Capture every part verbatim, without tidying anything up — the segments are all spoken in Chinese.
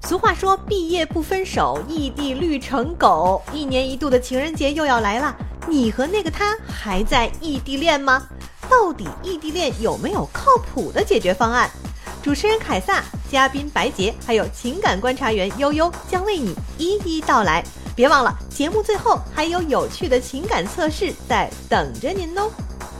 俗话说毕业不分手，异地绿成狗。一年一度的情人节又要来了，你和那个他还在异地恋吗？到底异地恋有没有靠谱的解决方案？主持人凯撒，嘉宾白洁，还有情感观察员悠悠将为你一一道来。别忘了，节目最后还有有趣的情感测试在等着您哦。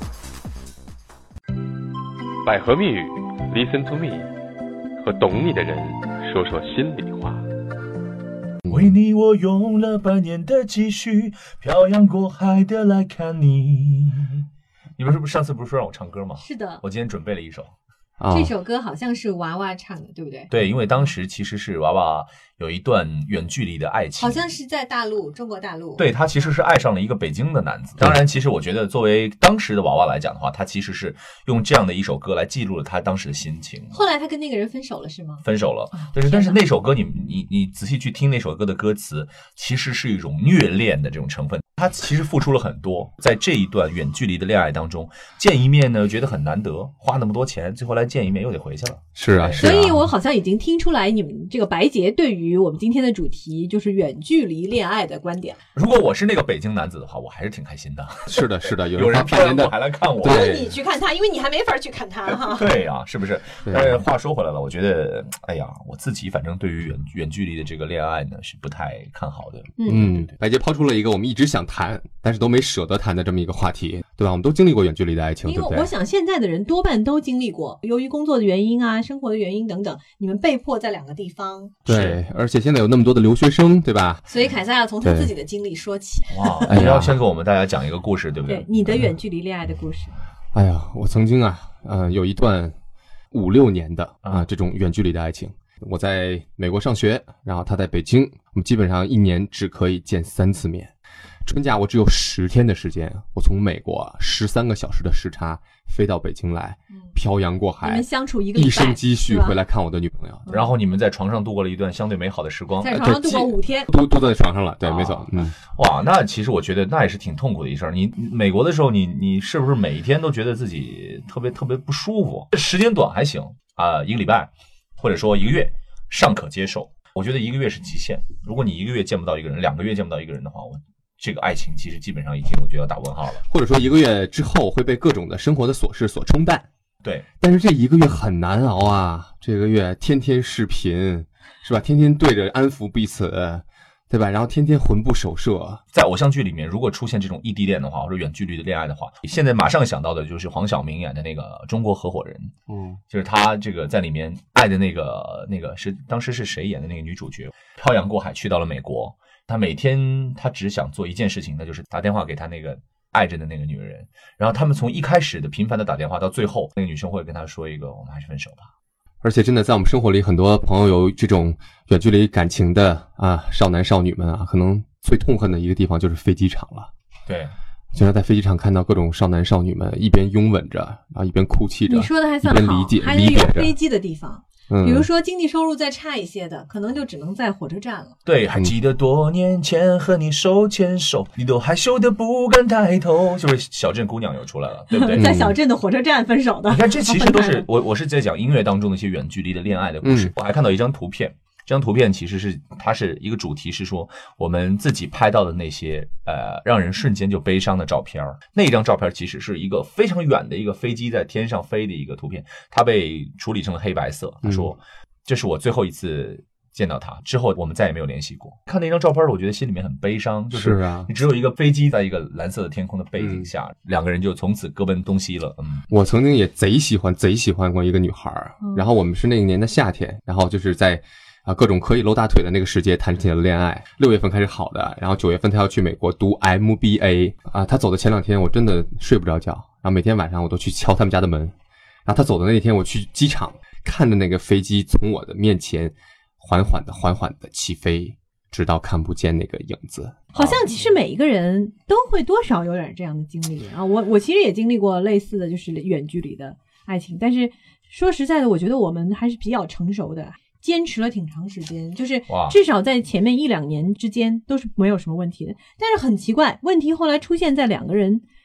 百合蜜语 Listen to me， 和懂你的人说说心里话。 为你我用了半年的积蓄，漂洋过海的来看你。你们是不是上次不是说让我唱歌吗？ 是的， 我今天准备了一首。 哦、这首歌好像是娃娃唱的，对不对？ 对，因为当时其实是娃娃有一段远距离的爱情， 好像是在大陆，中国大陆。 对，他其实是爱上了一个北京的男子。当然，其实我觉得作为当时的娃娃来讲的话，他其实是用这样的一首歌来记录了他当时的心情。 后来他跟那个人分手了，是吗？ 分手了，但是但是那首歌你你你仔细去听那首歌的歌词，其实是一种虐恋的这种成分。他其实付出了很多，在这一段远距离的恋爱当中，见一面呢觉得很难得，花那么多钱，最后来见一面又得回去了。 是啊，是啊。 所以我好像已经听出来你们这个白洁对于我们今天的主题就是远距离恋爱的观点。 如果我是那个北京男子的话，我还是挺开心的。 是的，是的， 有人漂洋过海来看我， 对，你去看他，因为你还没法去看他哈。 对呀、啊，是不是？但是话说回来了，我觉得，哎呀，我自己反正对于远远距离的这个恋爱呢，是不太看好的。 嗯，对对对，白洁抛出了一个我们一直想谈，但是都没舍得谈的这么一个话题，对吧？我们都经历过远距离的爱情， 因对不对？ 为我想现在的人多半都经历过，由于工作的原因啊、生活的原因等等，你们被迫在两个地方。 对，而且现在有那么多的留学生，对吧？ 所以凯撒要从他自己的经历说起。 哇，你要先给我们大家讲一个故事，对不对？ 对，你的远距离恋爱的故事。 哎呀，我曾经啊，呃，有一段五六年的啊这种远距离的爱情。我在美国上学，然后他在北京，我们基本上一年只可以见三次面。春假我只有十天的时间，我从美国十三个小时的时差飞到北京来，嗯、漂洋过海， 你们相处一个礼拜， 一生积蓄回来看我的女朋友， 然后你们在床上度过了一段相对美好的时光， 在床上度过五天， 都都在床上了，对，啊、没错，嗯， 哇，那其实我觉得那也是挺痛苦的一事儿。你美国的时候你，你你是不是每一天都觉得自己特别特别不舒服？时间短还行啊、呃，一个礼拜或者说一个月尚可接受。我觉得一个月是极限，如果你一个月见不到一个人，两个月见不到一个人的话，我。这个爱情其实基本上已经我觉得要打问号了， 或者说一个月之后会被各种的生活的琐事所冲淡。 对， 但是这一个月很难熬啊，这个月天天视频，是吧？天天对着安抚彼此，对吧？然后天天魂不守舍。 在偶像剧里面，如果出现这种异地恋的话，或者远距离的恋爱的话，现在马上想到的就是黄晓明演的那个《中国合伙人》，嗯，就是他这个在里面爱的那个那个是当时是谁演的那个女主角，漂洋过海去到了美国。他每天他只想做一件事情，那就是打电话给他那个爱着的那个女人。然后他们从一开始的频繁的打电话，到最后那个女生会跟他说一个我们还是分手吧。 而且真的在我们生活里，很多朋友有这种远距离感情的啊少男少女们啊，可能最痛恨的一个地方就是飞机场了。 对， 经常在飞机场看到各种少男少女们一边拥吻着，然后一边哭泣着。 你说的还算好， 一边理解还得有飞机的地方。 嗯、 比如说经济收入再差一些的，可能就只能在火车站了。 对，还记得多年前和你手牵手，你都害羞的不敢抬头，就是小镇姑娘又出来了，对不对？ 在小镇的火车站分手的。 你看，这其实都是我我是在讲音乐当中的一些远距离的恋爱的故事。嗯、我还看到一张图片。这张图片其实是它是一个主题，是说我们自己拍到的那些呃让人瞬间就悲伤的照片。那张照片其实是一个非常远的一个飞机在天上飞的一个图片，它被处理成了黑白色。他说、嗯、这是我最后一次见到他，之后我们再也没有联系过。看那张照片我觉得心里面很悲伤，就是啊， 你只有一个飞机在一个蓝色的天空的背景下、嗯、两个人就从此各奔东西了。嗯， 我曾经也贼喜欢贼喜欢过一个女孩、嗯、然后我们是那一年的夏天，然后就是在啊，各种可以搂大腿的那个时节谈起了恋爱。六月份开始好的，然后九月份他要去美国读 M B A 啊。他走的前两天我真的睡不着觉，然后每天晚上我都去敲他们家的门。然后他走的那天我去机场，看着那个飞机从我的面前缓缓的缓缓的起飞，直到看不见那个影子。 好像其实每一个人都会多少有点这样的经历啊。我我其实也经历过类似的就是远距离的爱情，但是说实在的，我觉得我们还是比较成熟的。坚持了挺长时间，就是至少在前面一两年之间都是没有什么问题的。但是很奇怪，问题后来出现在两个人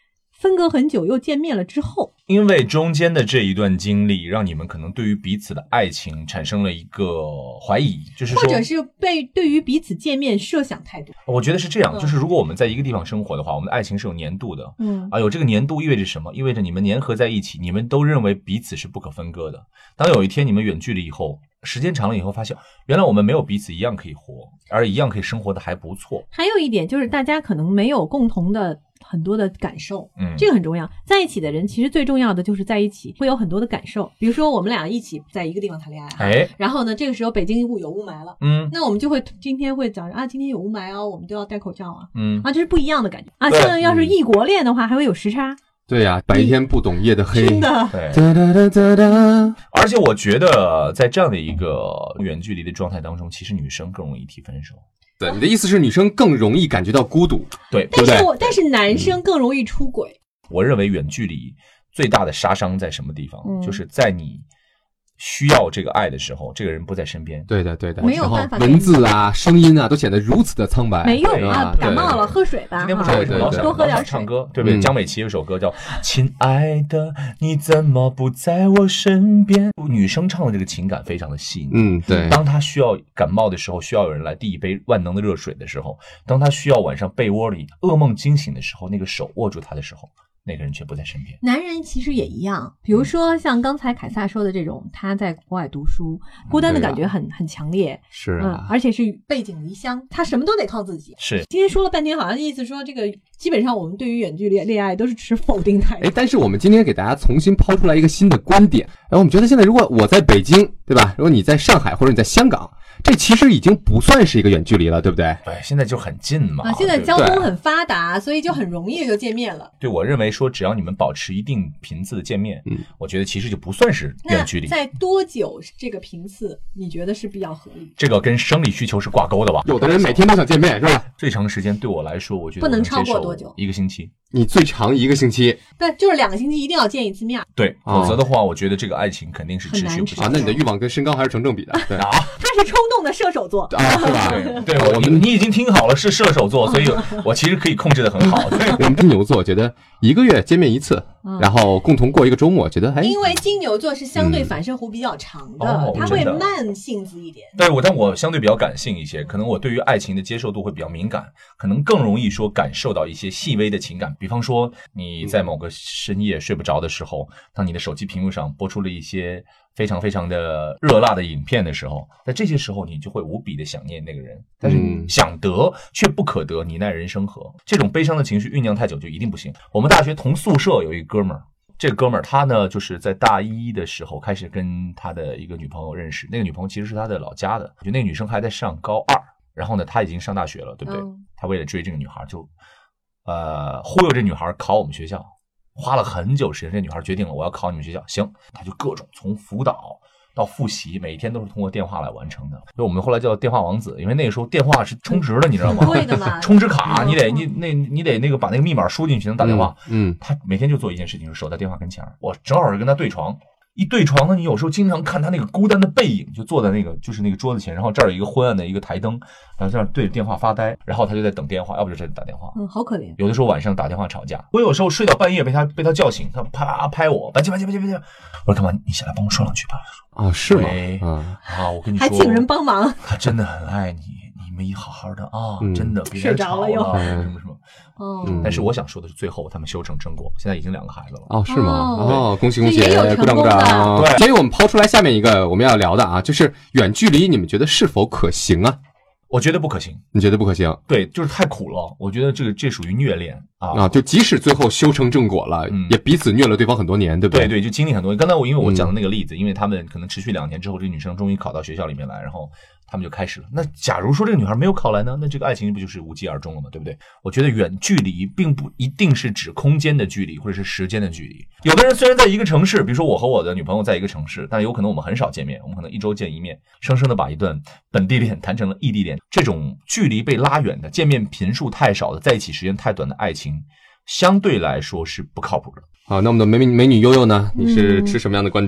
分隔很久又见面了之后， 因为中间的这一段经历，让你们可能对于彼此的爱情产生了一个怀疑，就是说， 或者是被对于彼此见面设想太多。 我觉得是这样， 嗯、 就是如果我们在一个地方生活的话，我们的爱情是有年度的， 嗯啊，有这个年度意味着什么？意味着你们粘合在一起，你们都认为彼此是不可分割的。当有一天你们远距离以后，时间长了以后，发现原来我们没有彼此一样可以活，而一样可以生活的还不错。 还有一点就是大家可能没有共同的很多的感受， 嗯， 这个很重要。在一起的人其实最重要的就是在一起会有很多的感受，比如说我们俩一起在一个地方谈恋爱， 哎， 然后呢，这个时候北京有雾霾了， 嗯， 那我们就会今天会讲啊，今天有雾霾哦，我们都要戴口罩啊， 嗯啊，这是不一样的感觉啊。像要是异国恋的话，还会有时差。 对呀、啊，白天不懂夜的黑， 真的。 对， 哒哒哒哒哒。 而且我觉得在这样的一个远距离的状态当中，其实女生更容易提分手。 对，你的意思是女生更容易感觉到孤独， 对， 但是我对但是男生更容易出轨。 我认为远距离最大的杀伤在什么地方？ 嗯、 就是在你需要这个爱的时候，这个人不在身边。 对的，对的， 没有办法， 文字啊、声音啊都显得如此的苍白。 没用啊，感冒了，喝水吧。 今天不知道为什么老想多喝点水， 唱歌，对不对？江美琪有首歌叫《亲爱的，你怎么不在我身边》。女生唱的这个情感非常的细腻。 嗯，对。 当她需要感冒的时候，需要有人来递一杯万能的热水的时候，当她需要晚上被窝里噩梦惊醒的时候，那个手握住她的时候，那个人却不在身边。 男人其实也一样，比如说像刚才凯撒说的这种，他在国外读书，孤单的感觉很、啊、很强烈， 是啊、 嗯，而且是背井离乡，他什么都得靠自己。 是， 今天说了半天，好像意思说这个基本上我们对于远距离恋爱都是持否定态度。 哎，但是我们今天给大家重新抛出来一个新的观点，哎，我们觉得现在如果我在北京，对吧？如果你在上海或者你在香港，这其实已经不算是一个远距离了，对不对？ 哎，现在就很近嘛。 啊，现在交通很发达，所以就很容易就见面了。 对，我认为说只要你们保持一定频次的见面，嗯，我觉得其实就不算是远距离。 在多久这个频次你觉得是比较合理？ 这个跟生理需求是挂钩的吧？ 有的人每天都想见面，是吧？ 最长时间对我来说，我觉得不能超过多久？ 一个星期。 你最长一个星期？ 对，就是两个星期一定要见一次面。 对，否则的话，我觉得这个爱情肯定是持续不下去。 啊，那你的欲望跟身高还是成正比的。对啊， 他是冲动的射手座啊，是吧？ 对，对我你你已经听好了，是射手座，所以我其实可以控制的很好。对， 我们金牛座觉得一个月见面一次，然后共同过一个周末，觉得哎， 因为金牛座是相对反射弧比较长的， 嗯哦、 他会慢性子一点。 但是我但我相对比较感性一些，可能我对于爱情的接受度会比较敏感，可能更容易说感受到一些细微的情感，比方说你在某个深夜睡不着的时候，当你的手机屏幕上播出了一些非常非常的热辣的影片的时候，在这些时候你就会无比的想念那个人，但是想得却不可得，你奈人生何？这种悲伤的情绪酝酿太久就一定不行。我们大学同宿舍有一个哥们儿，这个哥们儿他呢就是在大一的时候开始跟他的一个女朋友认识，那个女朋友其实是他的老家的，就那个女生还在上高二，然后呢他已经上大学了，对不对？嗯、他为了追这个女孩就呃忽悠这女孩考我们学校。花了很久时间，这女孩决定了我要考你们学校，行，她就各种从辅导到复习，每天都是通过电话来完成的。就我们后来叫电话王子，因为那个时候电话是充值的，你知道吗？ 对的嘛， 充值卡，你得你那你得那个把那个密码输进去能打电话。 嗯， 他每天就做一件事情，就是守在电话跟前，我正好是跟他对床。一对床呢，你有时候经常看他那个孤单的背影，就坐在那个就是那个桌子前，然后这儿有一个昏暗的一个台灯，然后这样对着电话发呆，然后他就在等电话，要不就在打电话。 嗯，好可怜。 有的时候晚上打电话吵架，我有时候睡到半夜被他被他叫醒，他啪拍我，白气白气白气白气，我说干嘛？你下来帮我说两句吧。 啊，是吗？ 啊啊，我跟你说， 还请人帮忙。 他真的很爱你，你们好好的啊， 嗯、 真的别睡着了又什么什么。 哦、 嗯，但是我想说的是，最后他们修成正果，现在已经两个孩子了。 哦，是吗？ 哦， 哦恭喜恭喜，鼓掌鼓掌。 对， 所以我们抛出来下面一个我们要聊的啊，就是远距离，你们觉得是否可行啊？ 我觉得不可行。 你觉得不可行？ 对，就是太苦了。我觉得这个这属于虐恋啊啊！就即使最后修成正果了，嗯、也彼此虐了对方很多年，对不对？ 对对，就经历很多。刚才我因为我讲的那个例子，嗯、因为他们可能持续两年之后，这个女生终于考到学校里面来，然后他们就开始了。那假如说这个女孩没有考来呢？那这个爱情不就是无疾而终了吗？对不对？我觉得远距离并不一定是指空间的距离或者是时间的距离。有的人虽然在一个城市，比如说我和我的女朋友在一个城市，但有可能我们很少见面，我们可能一周见一面，生生的把一段本地恋谈成了异地恋。这种距离被拉远的，见面频数太少的，在一起时间太短的爱情，相对来说是不靠谱的。 好，那我们的美美女悠悠呢？你是持什么样的观点？ 嗯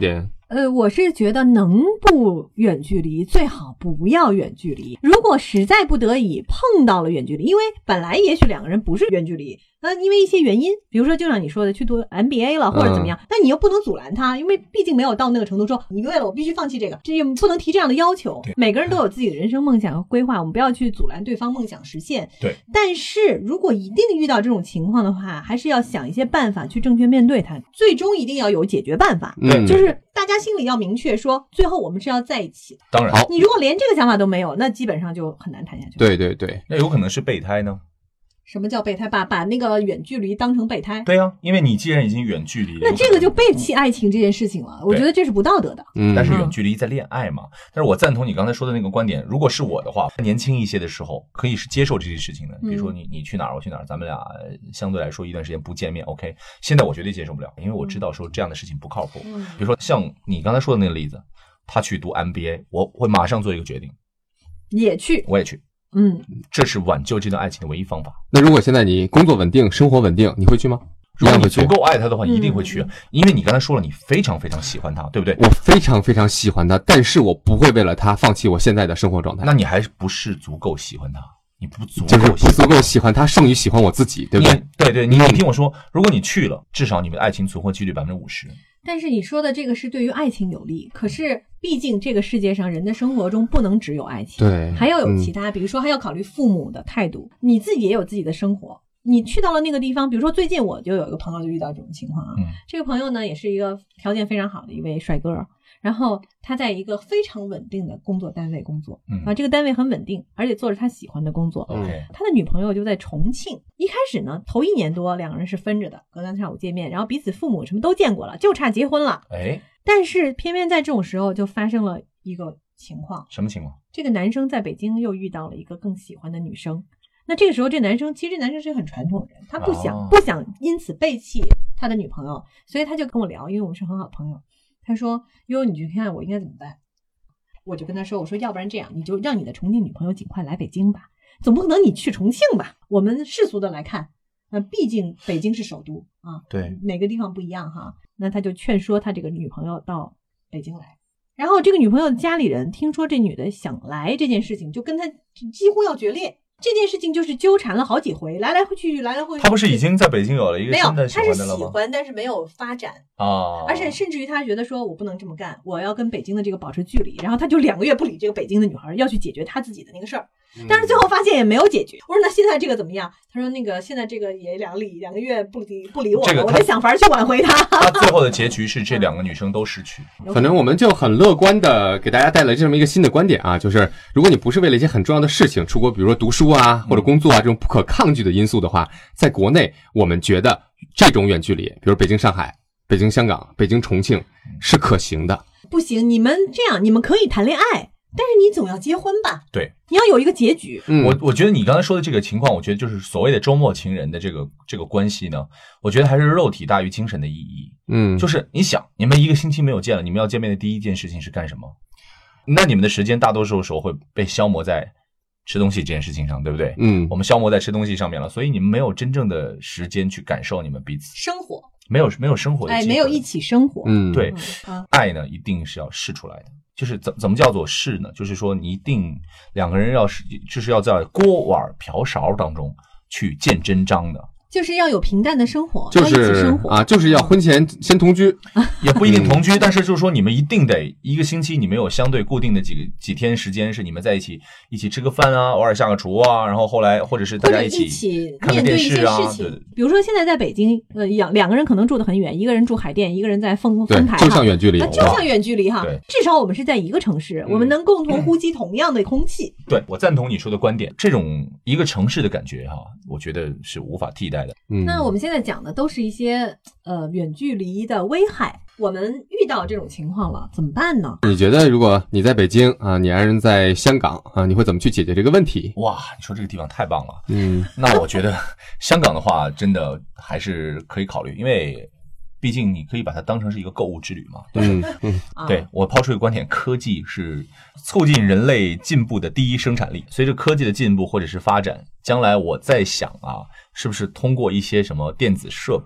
呃，我是觉得能不远距离最好不要远距离。如果实在不得已碰到了远距离，因为本来也许两个人不是远距离，呃，因为一些原因，比如说就像你说的去读 M B A 了或者怎么样，那、嗯、你又不能阻拦他，因为毕竟没有到那个程度说你为了我必须放弃这个，这也不能提这样的要求。每个人都有自己的人生梦想和规划，我们不要去阻拦对方梦想实现。 对。 但是如果一定遇到这种情况的话，还是要想一些办法去正确面对它，最终一定要有解决办法。 嗯， 就是大家心里要明确说，最后我们是要在一起的。 当然， 你如果连这个想法都没有，那基本上就很难谈下去。 对对对， 那有可能是备胎呢。 什么叫备胎？把把那个远距离当成备胎？ 对啊，因为你既然已经远距离了， 那这个就背弃爱情这件事情了。我觉得这是不道德的。 嗯， 但是远距离在恋爱嘛。但是我赞同你刚才说的那个观点。如果是我的话，年轻一些的时候可以是接受这些事情的。比如说你你去哪儿，我去哪儿，咱们俩相对来说一段时间不见面 ，OK。现在我绝对接受不了，因为我知道说这样的事情不靠谱。嗯，比如说像你刚才说的那个例子，他去读 M B A， 我会马上做一个决定， 也去， 我也去。嗯，这是挽救这段爱情的唯一方法。 那如果现在你工作稳定，生活稳定，你会去吗？ 如果你足够爱他的话，一定会去。因为你刚才说了，你非常非常喜欢他，对不对？ 我非常非常喜欢他，但是我不会为了他放弃我现在的生活状态。 那你还不是足够喜欢他？你不足够就是不足够喜欢他，胜于喜欢我自己，对不对？ 对对，你你听我说，如果你去了，至少你们的爱情存活几率百分之五十。 但是你说的这个是对于爱情有利，可是毕竟这个世界上人的生活中不能只有爱情， 对， 还要有其他、嗯、比如说还要考虑父母的态度，你自己也有自己的生活。你去到了那个地方，比如说最近我就有一个朋友就遇到这种情况啊、嗯，这个朋友呢也是一个条件非常好的一位帅哥，然后他在一个非常稳定的工作单位工作，嗯啊，这个单位很稳定，而且做着他喜欢的工作。 嗯， 他的女朋友就在重庆。一开始呢，头一年多两个人是分着的，隔三差五见面，然后彼此父母什么都见过了，就差结婚了。 哎， 但是偏偏在这种时候就发生了一个情况。 什么情况？ 这个男生在北京又遇到了一个更喜欢的女生。那这个时候这男生其实这男生是个很传统的人，他不想、哦、不想因此背弃他的女朋友，所以他就跟我聊，因为我们是很好的朋友。他说悠悠，你去看我应该怎么办？我就跟他说，我说要不然这样，你就让你的重庆女朋友尽快来北京吧，总不可能你去重庆吧？我们世俗的来看，呃，毕竟北京是首都啊， 对， 每个地方不一样哈。那他就劝说他这个女朋友到北京来，然后这个女朋友的家里人听说这女的想来这件事情，就跟他几乎要决裂。这件事情就是纠缠了好几回，来来回去来来回去。 他不是已经在北京有了一个新的喜欢的了吗？ 没有，他是喜欢，但是没有发展啊、哦。 而且甚至于他觉得说，我不能这么干，我要跟北京的这个保持距离。然后他就两个月不理这个北京的女孩，要去解决他自己的那个事儿。但是最后发现也没有解决。我说那现在这个怎么样？他说那个现在这个也两理两个月不理不理我了， 这个、 我在想法去挽回他。 他最后的结局是这两个女生都失去。 反正我们就很乐观的给大家带来这么一个新的观点啊，就是如果你不是为了一些很重要的事情出国，比如说读书啊或者工作啊这种不可抗拒的因素的话，在国内我们觉得这种远距离，比如北京上海、北京香港、北京重庆是可行的。 不行，你们这样，你们可以谈恋爱。但是你总要结婚吧？ 对， 你要有一个结局。 嗯，我我觉得你刚才说的这个情况，我觉得就是所谓的周末情人的这个这个关系呢，我觉得还是肉体大于精神的意义。 嗯， 就是你想，你们一个星期没有见了，你们要见面的第一件事情是干什么？那你们的时间大多数时候会被消磨在吃东西这件事情上，对不对？ 嗯， 我们消磨在吃东西上面了，所以你们没有真正的时间去感受你们彼此生活， 没有没有生活的， 哎，没有一起生活。 嗯， 对， 嗯啊、 爱呢一定是要试出来的。就是怎怎么叫做试呢？就是说你一定两个人要是就是要在锅碗瓢勺当中去见真章的， 就是要有平淡的生活， 就是要一起生活啊，就是要婚前先同居， 也不一定同居，嗯、但是就是说你们一定得一个星期，你们有相对固定的几个几天时间是你们在一起一起吃个饭啊，偶尔下个厨啊，然后后来或者是大家一起一起看个电视啊， 面对一些事情。比如说现在在北京，呃，两两个人可能住得很远，一个人住海淀，一个人在丰丰台， 就像远距离， 啊，就像远距离哈。至少我们是在一个城市，嗯、我们能共同呼吸同样的空气。 嗯、对，我赞同你说的观点，这种一个城市的感觉哈，我觉得是无法替代的。 嗯， 那我们现在讲的都是一些呃远距离的危害。我们遇到这种情况了，怎么办呢？ 你觉得如果你在北京啊，你爱人在香港啊，你会怎么去解决这个问题？ 哇，你说这个地方太棒了。 嗯， 那我觉得香港的话，真的还是可以考虑，因为毕竟你可以把它当成是一个购物之旅嘛。 嗯嗯， 对，我抛出一个观点，科技是促进人类进步的第一生产力。随着科技的进步或者是发展，将来我在想啊，是不是通过一些什么电子设备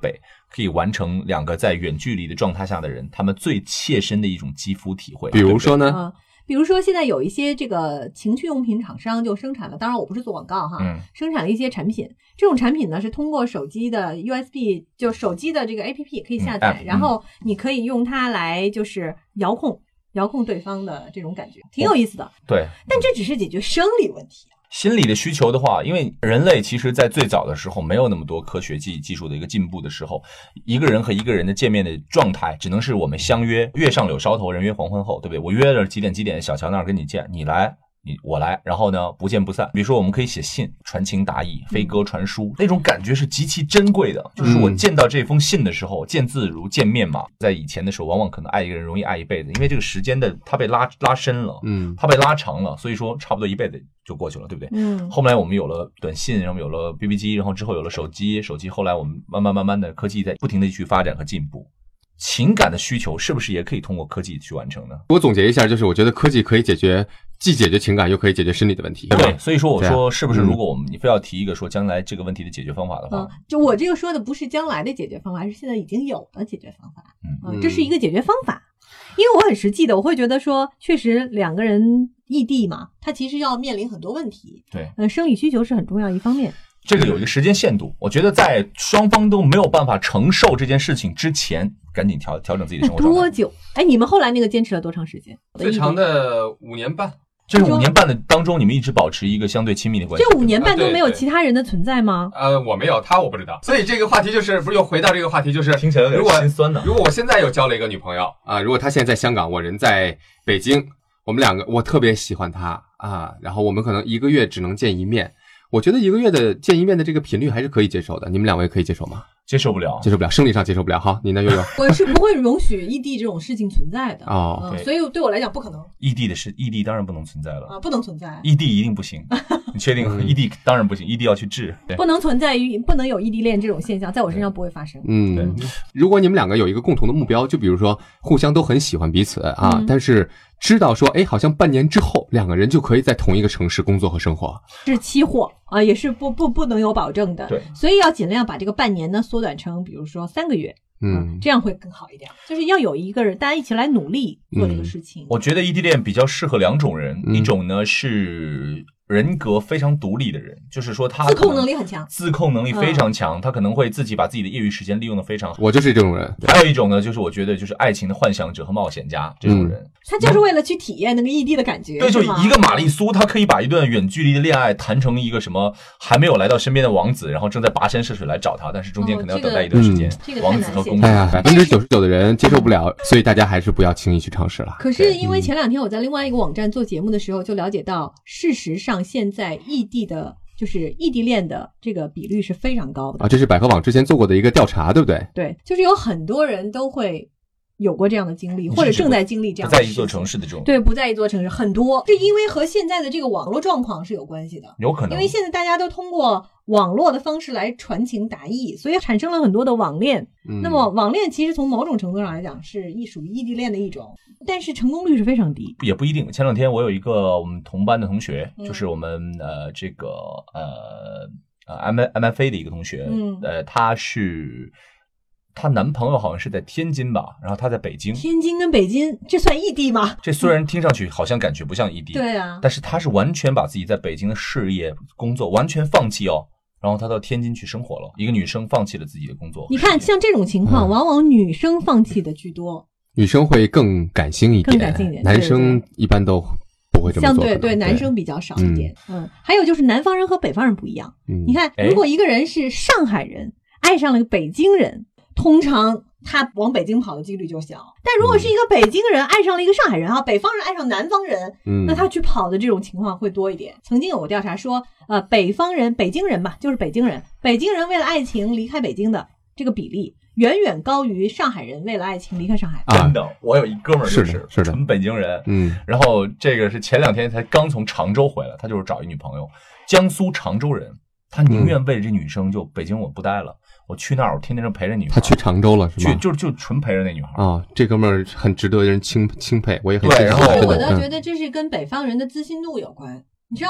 可以完成两个在远距离的状态下的人他们最切身的一种肌肤体会。 比如说呢？ 啊，比如说现在有一些这个情趣用品厂商就生产了，当然我不是做广告哈， 嗯、 生产了一些产品。这种产品呢是通过手机的 U S B， 就手机的这个 A P P 可以下载， 嗯、 然后你可以用它来就是遥控遥控对方的这种感觉，挺有意思的。 对， 但这只是解决生理问题。 心理的需求的话，因为人类其实在最早的时候没有那么多科学技技术的一个进步的时候，一个人和一个人的见面的状态只能是我们相约，月上柳梢头，人约黄昏后，对不对？我约了几点几点小乔那儿跟你见，你来你我来，然后呢不见不散。比如说我们可以写信传情达意，飞鸽传书，那种感觉是极其珍贵的。就是我见到这封信的时候，见字如见面嘛。在以前的时候，往往可能爱一个人容易爱一辈子，因为这个时间的它被拉拉伸了，嗯，它被拉长了，所以说差不多一辈子就过去了，对不对？嗯。后来我们有了短信，然后有了 B B 机，然后之后有了手机，手机后来我们慢慢慢慢的科技在不停的去发展和进步。情感的需求是不是也可以通过科技去完成呢？ 我总结一下，就是我觉得科技可以解决，既解决情感又可以解决心理的问题。 对，所以说我说是不是如果我们你非要提一个说将来这个问题的解决方法的话， 嗯，就我这个说的不是将来的解决方法，而是现在已经有的解决方法。嗯，这是一个解决方法。因为我很实际的，我会觉得说，确实两个人异地嘛，他其实要面临很多问题。 对， 呃，生理需求是很重要一方面。 这个有一个时间限度，我觉得在双方都没有办法承受这件事情之前，赶紧调调整自己的生活状态。 多久？哎，你们后来那个坚持了多长时间？ 最长的五年半。 这是五年半的当中，你们一直保持一个相对亲密的关系。 这五年半都没有其他人的存在吗？ 呃，我没有，他我不知道。所以这个话题就是，不是又回到这个话题，就是听起来有点心酸的。 如果我现在又交了一个女朋友啊、呃，如果她现在在香港，我人在北京，我们两个我特别喜欢她啊，然后我们可能一个月只能见一面。我觉得一个月的见一面的这个频率还是可以接受的，你们两位可以接受吗？ 接受不了， 接受不了，生理上接受不了。好，你呢，悠悠？ 我是不会容许异地这种事情存在的哦、 嗯，所以对我来讲不可能。 异地的事，异地当然不能存在了啊，不能存在。 异地一定不行，你确定？异地当然不行，异地要去治， 不能存在于，不能有异地恋这种现象，在我身上不会发生。 嗯，对。如果你们两个有一个共同的目标，就比如说互相都很喜欢彼此啊，嗯、但是知道说，哎，好像半年之后两个人就可以在同一个城市工作和生活， 是期货啊，也是不不不能有保证的。 对， 所以要尽量把这个半年呢缩短成，比如说三个月。嗯，这样会更好一点，就是要有一个人，大家一起来努力做这个事情。 嗯、我觉得异地恋比较适合两种人，嗯、一种呢是人格非常独立的人，就是说他自控能力很强， 自控能力非常强，嗯、他可能会自己把自己的业余时间利用得非常好。 我就是这种人。 还有一种呢，就是我觉得就是爱情的幻想者和冒险家这种人， 嗯、他就是为了去体验那个异地的感觉。 对，就一个玛丽苏，他可以把一段远距离的恋爱谈成一个什么还没有来到身边的王子，然后正在跋山涉水来找他，但是中间可能要等待一段时间。 哦这个、 王子和公主， 哎呀，百分之九十九的人接受不了，所以大家还是不要轻易去尝试了。 可是因为前两天我在另外一个网站做节目的时候，就了解到，事实上现在异地的，就是异地恋的这个比率是非常高的啊。这是百合网之前做过的一个调查，对不对？ 对，就是有很多人都会有过这样的经历，或者正在经历这样的事情。 不在一座城市的这种， 对，不在一座城市，很多是因为和现在的这个网络状况是有关系的， 有可能， 因为现在大家都通过网络的方式来传情达意，所以产生了很多的网恋。嗯、那么网恋其实从某种程度上来讲是一属于异地恋的一种，但是成功率是非常低。 也不一定。前两天我有一个我们同班的同学，嗯、就是我们呃这个呃呃 M M F A 的一个同学，嗯，呃他是。她男朋友好像是在天津吧，然后她在北京。 天津跟北京，这算异地吗？ 这虽然听上去好像感觉不像异地， 对啊， 但是她是完全把自己在北京的事业工作完全放弃哦，然后她到天津去生活了。一个女生放弃了自己的工作， 你看像这种情况，嗯、往往女生放弃的居多， 女生会更感性一点， 更感性一点， 男生一般都不会这么做。 相对对，男生比较少一点。嗯，嗯还有就是南方人和北方人不一样。嗯，你看，如果一个人是上海人，爱上了个北京人。通常他往北京跑的几率就小，但如果是一个北京人爱上了一个上海人啊，北方人爱上南方人，嗯，那他去跑的这种情况会多一点。曾经有个调查说，呃，北方人、北京人吧，就是北京人，北京人为了爱情离开北京的这个比例，远远高于上海人为了爱情离开上海。 真的，我有一哥们儿就是是的， 纯北京人，嗯，然后这个是前两天才刚从常州回来，他就是找一女朋友，江苏常州人，他宁愿为了这女生就北京我不待了。我去那儿，我天天就陪着女孩。 他去常州了是吗？ 去就就纯陪着那女孩啊、哦，这哥们儿很值得人钦钦佩，我也很对。然后我倒觉得这是跟北方人的自信度有关。你知道，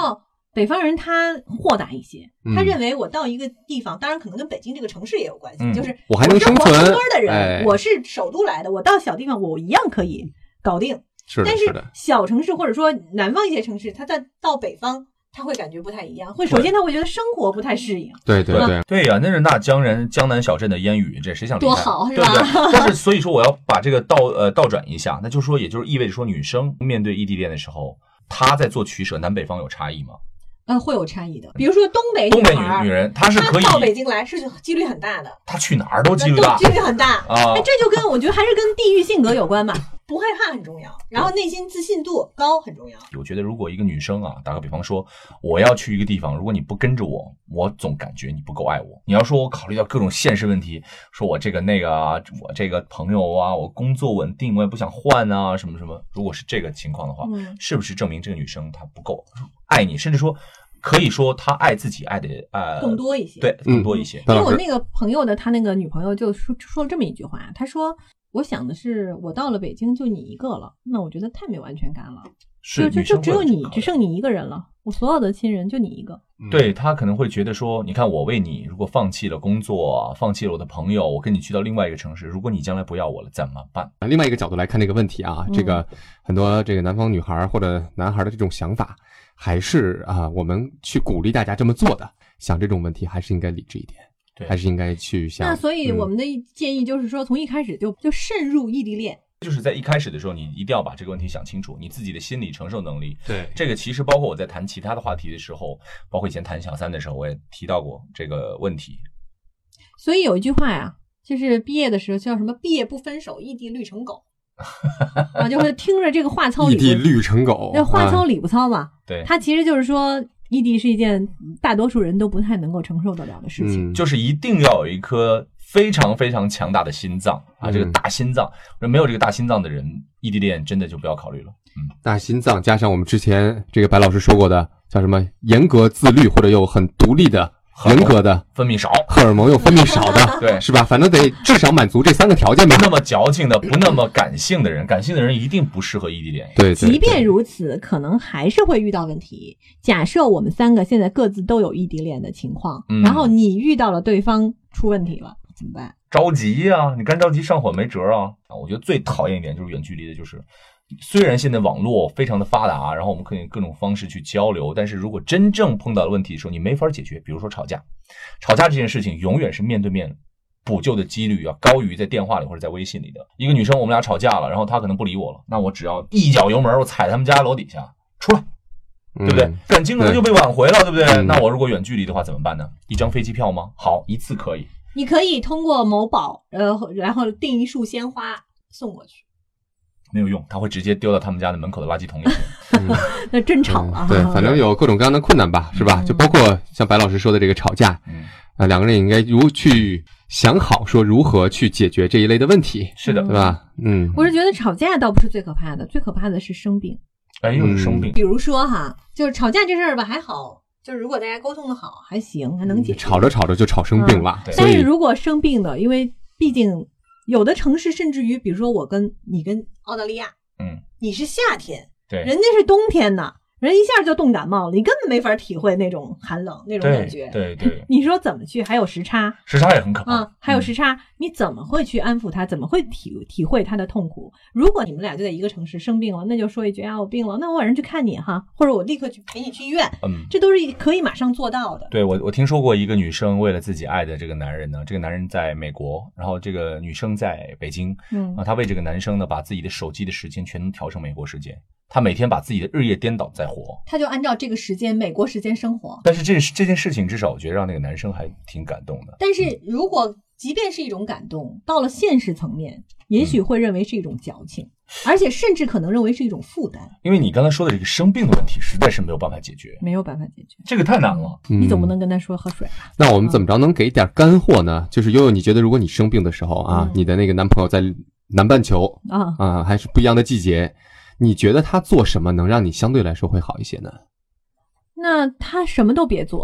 北方人他豁达一些， 嗯他认为我到一个地方，当然可能跟北京这个城市也有关系， 嗯就是我还能生存我是活脱的人、 哎我是首都来的，我到小地方我一样可以搞定。 是的， 但是是的， 小城市或者说南方一些城市，他在到北方他会感觉不太一样，会首先他会觉得生活不太适应。 对对对， 对呀、那是那江人江南小镇的烟雨，这谁想离开？ 多好是吧对不对？但是所以说我要把这个倒呃倒转一下，那就是说，也就是意味着说，女生面对异地恋的时候，她在做取舍，南北方有差异吗？ 呃，会有差异的。比如说东北东北孩儿女女人，她是可以她到北京来是几率很大的， 她去哪儿都几率都大几率很大啊哎，这就跟我觉得还是跟地域性格有关吧。不害怕很重要，然后内心自信度高很重要。 我觉得如果一个女生啊，打个比方说，我要去一个地方，如果你不跟着我，我总感觉你不够爱我。你要说我考虑到各种现实问题，说我这个那个啊，我这个朋友啊，我工作稳定，我也不想换啊，什么什么。如果是这个情况的话， 嗯是不是证明这个女生她不够爱你，甚至说可以说她爱自己爱的呃更多一些对，更多一些。 白老师因为我那个朋友的他那个女朋友就说说了这么一句话，他说我想的是我到了北京就你一个了，那我觉得太没有安全感了， 是就就女生会就只有你， 这么考虑只剩你一个人了，我所有的亲人就你一个。 对，他可能会觉得说，你看我为你如果放弃了工作，放弃了我的朋友，我跟你去到另外一个城市，如果你将来不要我了怎么办？ 另外一个角度来看这个问题啊， 嗯这个很多这个南方女孩或者男孩的这种想法，还是啊，我们去鼓励大家这么做的。想这种问题还是应该理智一点， 对还是应该去想。 那所以嗯我们的建议就是说，从一开始就就慎入异地恋。 就是在一开始的时候，你一定要把这个问题想清楚，你自己的心理承受能力。 对这个其实包括我在谈其他的话题的时候，包括以前谈小三的时候，我也提到过这个问题。 所以有一句话呀，就是毕业的时候叫什么“毕业不分手，异地绿成狗”啊，就是听着这个话糙理不异地绿成狗， 那话糙啊理不糙嘛。 对， 它其实就是说，异地是一件大多数人都不太能够承受得了的事情。 嗯， 就是一定要有一颗非常非常强大的心脏啊， 嗯这个大心脏。没有这个大心脏的人，异地恋真的就不要考虑了。嗯， 大心脏加上我们之前这个白老师说过的叫什么严格自律或者又很独立的荷尔蒙人格的分泌少， 荷尔蒙又分泌少的， 对是吧？反正得至少满足这三个条件吧不。那么矫情的，不那么感性的人，感性的人一定不适合异地恋。 对，对即便对如此，可能还是会遇到问题。假设我们三个现在各自都有异地恋的情况， 嗯然后你遇到了对方出问题了，怎么办？ 着急呀、你干着急上火没辙啊！啊，我觉得最讨厌一点就是远距离的，就是虽然现在网络非常的发达，然后我们可以各种方式去交流，但是如果真正碰到了问题的时候，你没法解决。比如说吵架，吵架这件事情永远是面对面补救的几率要高于在电话里或者在微信里的。一个女生我们俩吵架了，然后她可能不理我了，那我只要一脚油门，我踩他们家楼底下出来，对不对？ 嗯感情可能就被挽回了，对不对？ 嗯那我如果远距离的话怎么办呢？一张飞机票吗？好，一次可以。 你可以通过某宝，呃，然后订一束鲜花送过去， 没有用，他会直接丢到他们家的门口的垃圾桶里去。 那真吵了、 嗯对，反正有各种各样的困难吧，是吧？就包括像白老师说的这个吵架， 嗯， 啊，两个人也应该如去想好说如何去解决这一类的问题， 是的， 对吧？嗯， 我是觉得吵架倒不是最可怕的，最可怕的是生病。 哎，又是生病， 比如说哈，就是吵架这事儿吧，还好，就是如果大家沟通的好，还行，还能解决。 吵着吵着就吵生病了， 对所以但是如果生病的，因为毕竟有的城市甚至于，比如说我跟你跟澳大利亚， 嗯， 你是夏天， 对， 人家是冬天呢，人一下就冻感冒了，你根本没法体会那种寒冷那种感对觉。 对对， 你说怎么去？还有时差时差也很可怕啊，还有时差，你怎么会去安抚他？怎么会体体会他的痛苦？如果你们俩就在一个城市生病了，那就说一句啊，我病了，那我晚上去看你哈，或者我立刻去陪你去医院， 嗯。 这都是可以马上做到的。 对我，我听说过一个女生为了自己爱的这个男人呢，这个男人在美国，然后这个女生在北京， 嗯啊，她为这个男生呢，把自己的手机的时间全都调成美国时间，她每天把自己的日夜颠倒在活。 他就按照这个时间，美国时间生活。 但是这这件事情，至少我觉得让那个男生还挺感动的。 但是如果即便是一种感动，到了现实层面，也许会认为是一种矫情，而且甚至可能认为是一种负担， 因为你刚才说的这个生病的问题，实在是没有办法解决， 没有办法解决。 这个太难了。 嗯你总不能跟他说喝水啊？ 那我们怎么着能给点干货呢？就是悠悠，你觉得如果你生病的时候啊， 嗯你的那个男朋友在南半球啊， 啊，还是不一样的季节，你觉得他做什么能让你相对来说会好一些呢？ 那他什么都别做，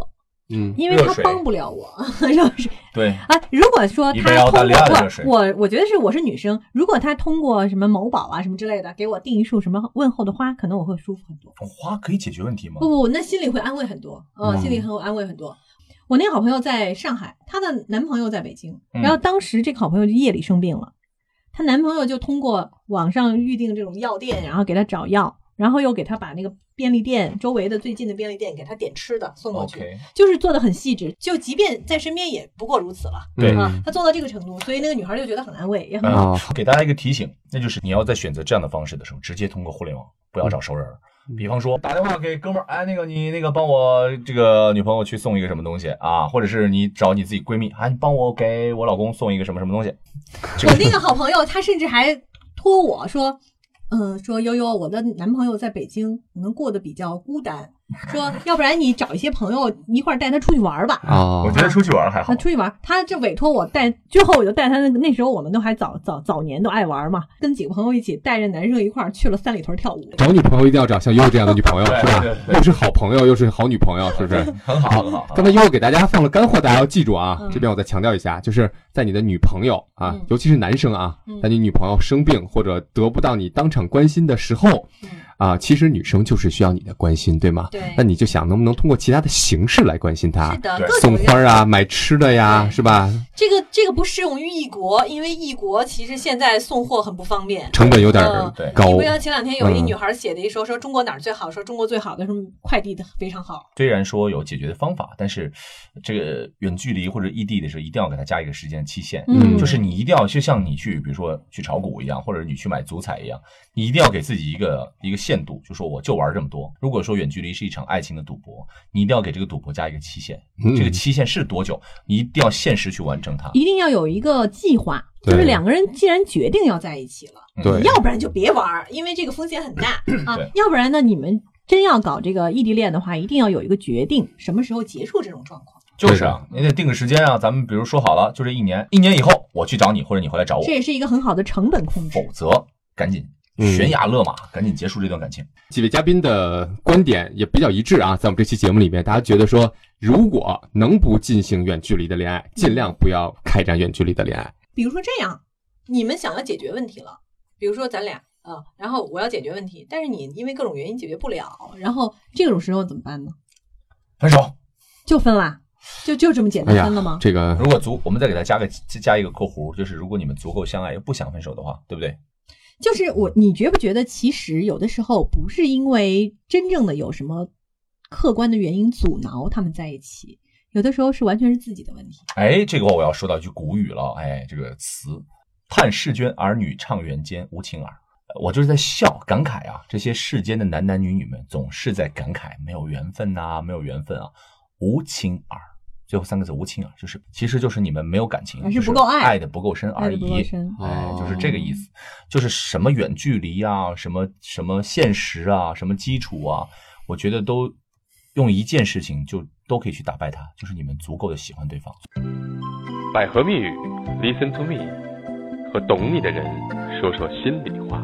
嗯， 因为他帮不了我，就是对啊。如果说一杯澳大利亚的热水， 我我觉得是我是女生，如果他通过什么某宝啊什么之类的给我订一束什么问候的花，可能我会舒服很多。 花可以解决问题吗？ 不不，那心里会安慰很多，呃、嗯，心里很安慰很多。我那个好朋友在上海，她的男朋友在北京，然后当时这个好朋友就夜里生病了，她男朋友就通过网上预定这种药店，然后给她找药，然后又给她把那个便利店周围的最近的便利店给她点吃的送过去， okay. 就是做的很细致，就即便在身边也不过如此了。 对啊，他做到这个程度，所以那个女孩就觉得很安慰，也很好。 嗯、给大家一个提醒，那就是你要在选择这样的方式的时候，直接通过互联网，不要找熟人。比方说打电话给哥们儿，哎，那个你那个帮我这个女朋友去送一个什么东西啊，或者是你找你自己闺蜜，啊，你帮我给我老公送一个什么什么东西。 我那个好朋友，他甚至还托我说，嗯，说悠悠，我的男朋友在北京可能过得比较孤单，说要不然你找一些朋友一块儿带他出去玩吧。 啊，我觉得出去玩还好。 他出去玩，他就委托我带，最后我就带他那个那时候我们都还早早早年都爱玩嘛，跟几个朋友一起带着男生一块儿去了三里屯跳舞。 找女朋友一定要找像悠悠这样的女朋友，是吧？又是好朋友，又是好女朋友，是不是？ 很好，很好。 刚才悠悠给大家放了干货，大家要记住啊！嗯、这边我再强调一下，就是在你的女朋友啊，嗯、尤其是男生啊，嗯、在你女朋友生病或者得不到你当场关心的时候。嗯啊，其实女生就是需要你的关心，对吗？ 对。 那你就想能不能通过其他的形式来关心她？ 是的， 送花啊，买吃的呀，是吧？ 这个这个不适用于异国，因为异国其实现在送货很不方便， 成本有点高。 你不像前两天有一女孩写的一说、嗯、说中国哪儿最好，说中国最好的什么快递的非常好。 虽然说有解决的方法，但是这个远距离或者异地的时候，一定要给它加一个时间期限。嗯，就是你一定要就像你去，比如说去炒股一样，或者你去买足彩一样，你一定要给自己一个一个限度，就说我就玩这么多。如果说远距离是一场爱情的赌博，你一定要给这个赌博加一个期限。嗯、这个期限是多久？你一定要限时去完成它， 一定要有一个计划。就是两个人既然决定要在一起了， 对， 要不然就别玩，因为这个风险很大啊。要不然呢，你们真要搞这个异地恋的话，一定要有一个决定，什么时候结束这种状况。 就是啊，你得定个时间啊。咱们比如说好了，就这一年，一年以后我去找你，或者你回来找我， 这也是一个很好的成本控制。 否则，赶紧悬崖勒马，嗯、赶紧结束这段感情。 几位嘉宾的观点也比较一致啊，在我们这期节目里面，大家觉得说，如果能不进行远距离的恋爱，尽量不要开展远距离的恋爱。 比如说这样，你们想要解决问题了，比如说咱俩啊、呃，然后我要解决问题，但是你因为各种原因解决不了，然后这种时候怎么办呢？ 分手， 就分啦。就就这么简单分了吗？ 哎、这个如果足，我们再给他加个加一个括弧，就是如果你们足够相爱又不想分手的话，对不对？ 就是我，你觉不觉得其实有的时候不是因为真正的有什么客观的原因阻挠他们在一起，有的时候是完全是自己的问题。 哎，这个我要说到一句古语了，哎，这个词“叹世间儿女唱圆间无情耳”，我就是在笑感慨啊，这些世间的男男女女们总是在感慨没有缘分呐、啊，没有缘分啊，无情耳。最后三个字无情啊，就是其实就是你们没有感情， 还是不够爱， 就是、爱的不够深而已。哎，就是这个意思，就是什么远距离啊，什么什么现实啊，什么基础啊，我觉得都用一件事情就都可以去打败它，就是你们足够的喜欢对方。 百合蜜语 ，Listen to me， 和懂你的人说说心里话。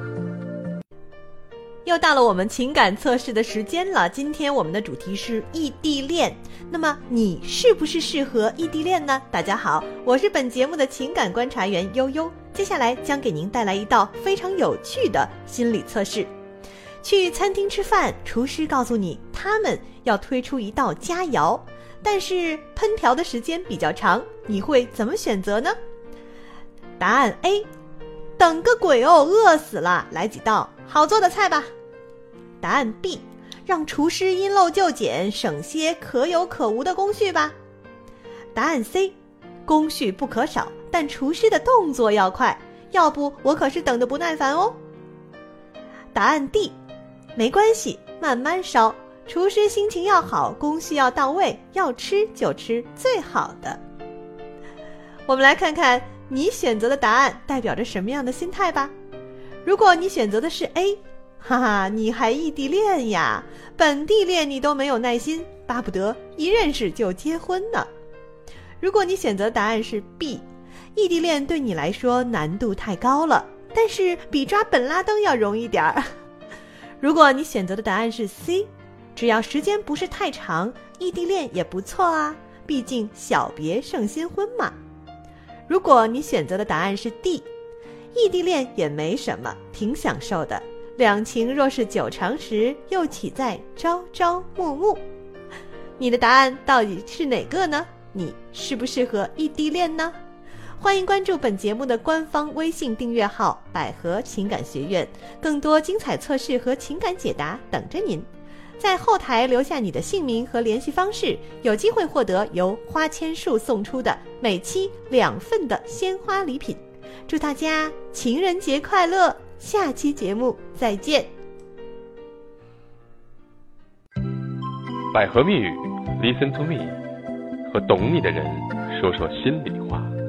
又到了我们情感测试的时间了，今天我们的主题是异地恋。那么你是不是适合异地恋呢？大家好，我是本节目的情感观察员悠悠，接下来将给您带来一道非常有趣的心理测试。去餐厅吃饭，厨师告诉你他们要推出一道佳肴，但是烹调的时间比较长，你会怎么选择呢？答案 A， 等个鬼哦，饿死了，来几道好做的菜吧。答案 B， 让厨师因漏就减，省些可有可无的工序吧。答案 C， 工序不可少，但厨师的动作要快，要不我可是等得不耐烦哦。答案 D， 没关系，慢慢烧，厨师心情要好，工序要到位，要吃就吃最好的。我们来看看你选择的答案代表着什么样的心态吧。如果你选择的是 A，哈哈，你还异地恋呀？本地恋你都没有耐心，巴不得一认识就结婚呢。如果你选择答案是 B， 异地恋对你来说难度太高了，但是比抓本拉登要容易点儿。如果你选择的答案是 C， 只要时间不是太长，异地恋也不错啊，毕竟小别胜新婚嘛。如果你选择的答案是 D， 异地恋也没什么，挺享受的，两情若是久长时，又岂在朝朝暮暮。你的答案到底是哪个呢？你适不适合异地恋呢？欢迎关注本节目的官方微信订阅号百合情感学院，更多精彩测试和情感解答等着您。在后台留下你的姓名和联系方式，有机会获得由花千树送出的每期两份的鲜花礼品。祝大家情人节快乐，下期节目再见。 百合蜜语 Listen to me， 和懂你的人说说心里话。